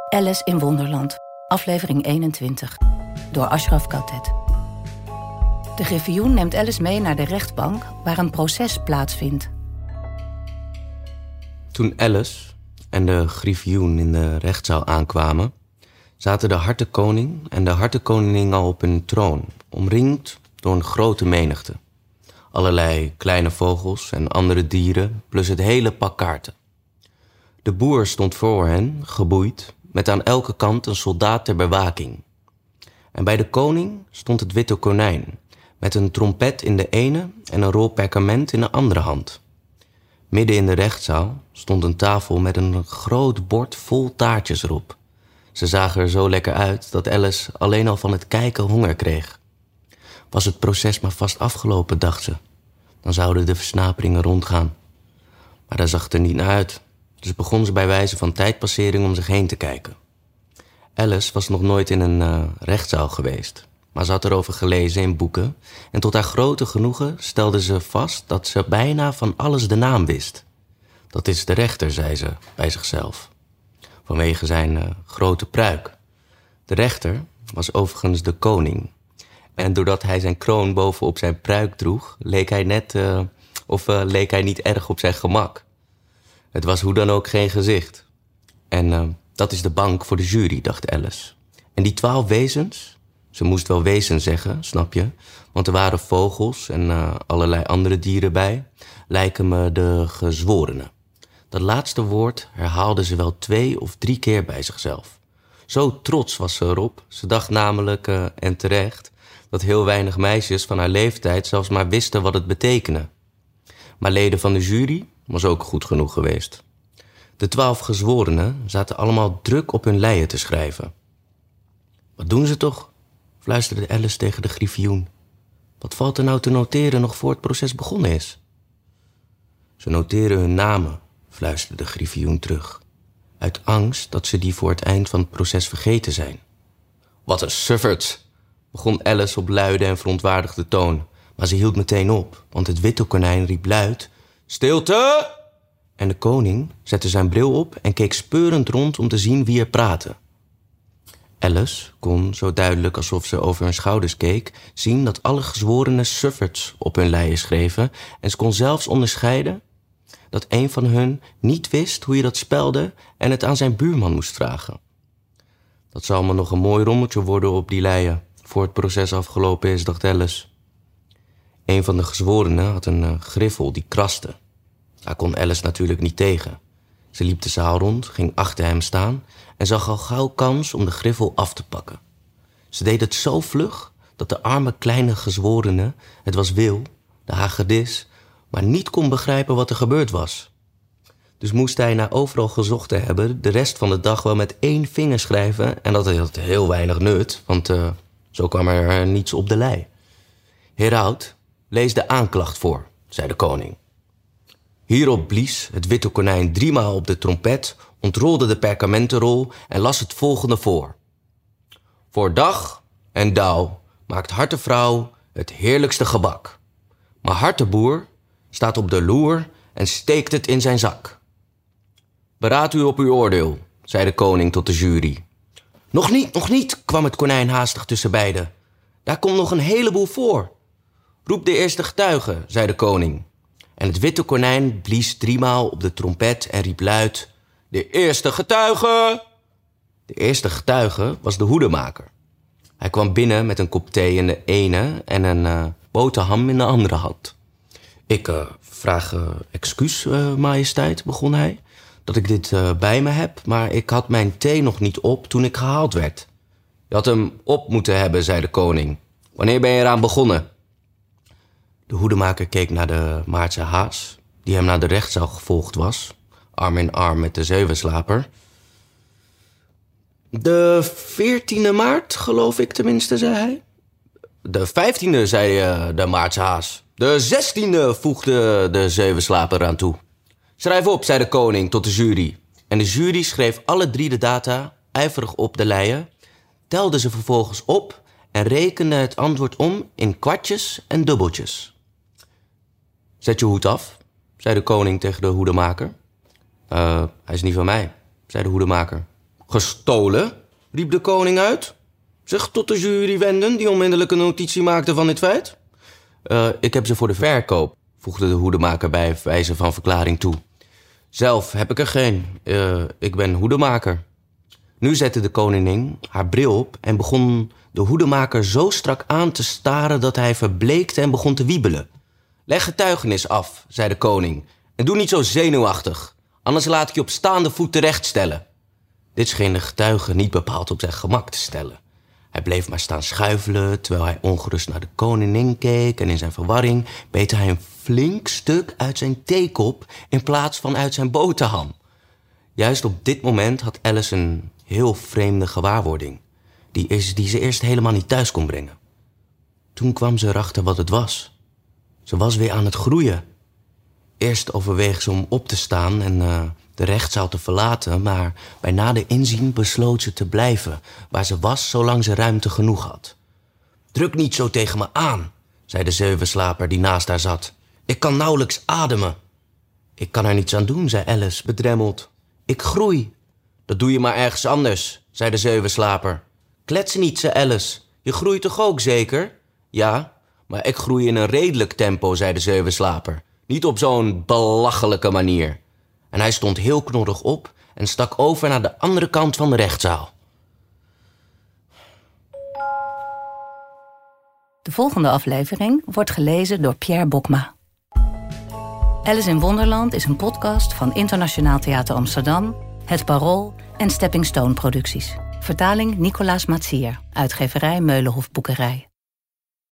Alice in Wonderland, aflevering 21, door Ashraf Kattet. De Griffioen neemt Alice mee naar de rechtbank waar een proces plaatsvindt. Toen Alice en de Griffioen in de rechtszaal aankwamen, zaten de hartenkoning en de hartenkoningin al op hun troon, omringd door een grote menigte. Allerlei kleine vogels en andere dieren, plus het hele pak kaarten. De boer stond voor hen, geboeid, met aan elke kant een soldaat ter bewaking. En bij de koning stond het witte konijn, met een trompet in de ene en een rol perkament in de andere hand. Midden in de rechtszaal stond een tafel met een groot bord vol taartjes erop. Ze zagen er zo lekker uit dat Alice alleen al van het kijken honger kreeg. Was het proces maar vast afgelopen, dacht ze. Dan zouden de versnaperingen rondgaan. Maar daar zag het er niet naar uit. Dus begon ze bij wijze van tijdpassering om zich heen te kijken. Alice was nog nooit in een rechtszaal geweest. Maar ze had erover gelezen in boeken. En tot haar grote genoegen stelde ze vast dat ze bijna van alles de naam wist. Dat is de rechter, zei ze bij zichzelf. Vanwege zijn grote pruik. De rechter was overigens de koning. En doordat hij zijn kroon bovenop zijn pruik droeg, leek hij niet erg op zijn gemak. Het was hoe dan ook geen gezicht. En dat is de bank voor de jury, dacht Alice. En die 12 wezens, ze moest wel wezen zeggen, snap je? Want er waren vogels en allerlei andere dieren bij, lijken me de gezworenen. Dat laatste woord herhaalde ze wel 2 of 3 keer bij zichzelf. Zo trots was ze erop. Ze dacht namelijk, en terecht, dat heel weinig meisjes van haar leeftijd zelfs maar wisten wat het betekende. Maar leden van de jury was ook goed genoeg geweest. De 12 gezworenen zaten allemaal druk op hun leien te schrijven. Wat doen ze toch? Fluisterde Alice tegen de Griffioen. Wat valt er nou te noteren nog voor het proces begonnen is? Ze noteren hun namen, fluisterde de Griffioen terug. Uit angst dat ze die voor het eind van het proces vergeten zijn. Wat een sufferts, begon Alice op luide en verontwaardigde toon. Maar ze hield meteen op, want het witte konijn riep luid: stilte! En de koning zette zijn bril op en keek speurend rond om te zien wie er praatte. Alice kon, zo duidelijk alsof ze over hun schouders keek, zien dat alle gezworenen sufferts op hun leien schreven en ze kon zelfs onderscheiden dat een van hun niet wist hoe je dat spelde en het aan zijn buurman moest vragen. Dat zal maar nog een mooi rommeltje worden op die leien, voor het proces afgelopen is, dacht Alice. Een van de gezworenen had een griffel die kraste. Daar kon Alice natuurlijk niet tegen. Ze liep de zaal rond, ging achter hem staan en zag al gauw kans om de griffel af te pakken. Ze deed het zo vlug dat de arme kleine gezworene, het was Wil, de hagedis, maar niet kon begrijpen wat er gebeurd was. Dus moest hij na overal gezocht te hebben de rest van de dag wel met 1 vinger schrijven en dat had heel weinig nut, want zo kwam er niets op de lei. Heraut, lees de aanklacht voor, zei de koning. Hierop blies het witte konijn 3 maal op de trompet, ontrolde de perkamentenrol en las het volgende voor. Voor dag en dauw maakt hartevrouw het heerlijkste gebak. Maar harteboer staat op de loer en steekt het in zijn zak. Beraad u op uw oordeel, zei de koning tot de jury. Nog niet, kwam het konijn haastig tussen beiden. Daar komt nog een heleboel voor. Roep de eerste getuige, zei de koning. En het witte konijn blies 3 maal op de trompet en riep luid: de eerste getuige! De eerste getuige was de hoedemaker. Hij kwam binnen met een kop thee in de ene en een boterham in de andere hand. Ik vraag excuus, majesteit, begon hij, dat ik dit bij me heb, maar ik had mijn thee nog niet op toen ik gehaald werd. Je had hem op moeten hebben, zei de koning. Wanneer ben je eraan begonnen? De hoedemaker keek naar de Maartse haas, die hem naar de rechtszaal gevolgd was, arm in arm met de zevenslaper. De 14e maart, geloof ik tenminste, zei hij. De 15e, zei de Maartse haas. De 16e, voegde de zevenslaper aan toe. Schrijf op, zei de koning tot de jury. En de jury schreef alle 3 de data ijverig op de leien, telde ze vervolgens op en rekende het antwoord om in kwartjes en dubbeltjes. Zet je hoed af, zei de koning tegen de hoedemaker. Hij is niet van mij, zei de hoedemaker. Gestolen? Riep de koning uit, zich tot de jury wendend, die onmiddellijk een notitie maakte van dit feit. Ik heb ze voor de verkoop, voegde de hoedemaker bij wijze van verklaring toe. Zelf heb ik er geen. Ik ben hoedemaker. Nu zette de koningin haar bril op en begon de hoedemaker zo strak aan te staren dat hij verbleekte en begon te wiebelen. Leg getuigenis af, zei de koning, en doe niet zo zenuwachtig. Anders laat ik je op staande voet terechtstellen. Dit scheen de getuige niet bepaald op zijn gemak te stellen. Hij bleef maar staan schuifelen, terwijl hij ongerust naar de koningin keek en in zijn verwarring beet hij een flink stuk uit zijn theekop in plaats van uit zijn boterham. Juist op dit moment had Alice een heel vreemde gewaarwording, die ze eerst helemaal niet thuis kon brengen. Toen kwam ze erachter wat het was. Ze was weer aan het groeien. Eerst overweeg ze om op te staan en de rechtszaal te verlaten, maar bij nader inzien besloot ze te blijven waar ze was zolang ze ruimte genoeg had. Druk niet zo tegen me aan, zei de zevenslaper die naast haar zat. Ik kan nauwelijks ademen. Ik kan er niets aan doen, zei Alice, bedremmeld. Ik groei. Dat doe je maar ergens anders, zei de zevenslaper. Klets niet, zei Alice. Je groeit toch ook zeker? Ja, maar ik groei in een redelijk tempo, zei de zevenslaper. Niet op zo'n belachelijke manier. En hij stond heel knorrig op en stak over naar de andere kant van de rechtszaal. De volgende aflevering wordt gelezen door Pierre Bokma. Alice in Wonderland is een podcast van Internationaal Theater Amsterdam, Het Parool en Stepping Stone Producties. Vertaling Nicolaas Matsier, uitgeverij Meulenhof Boekerij.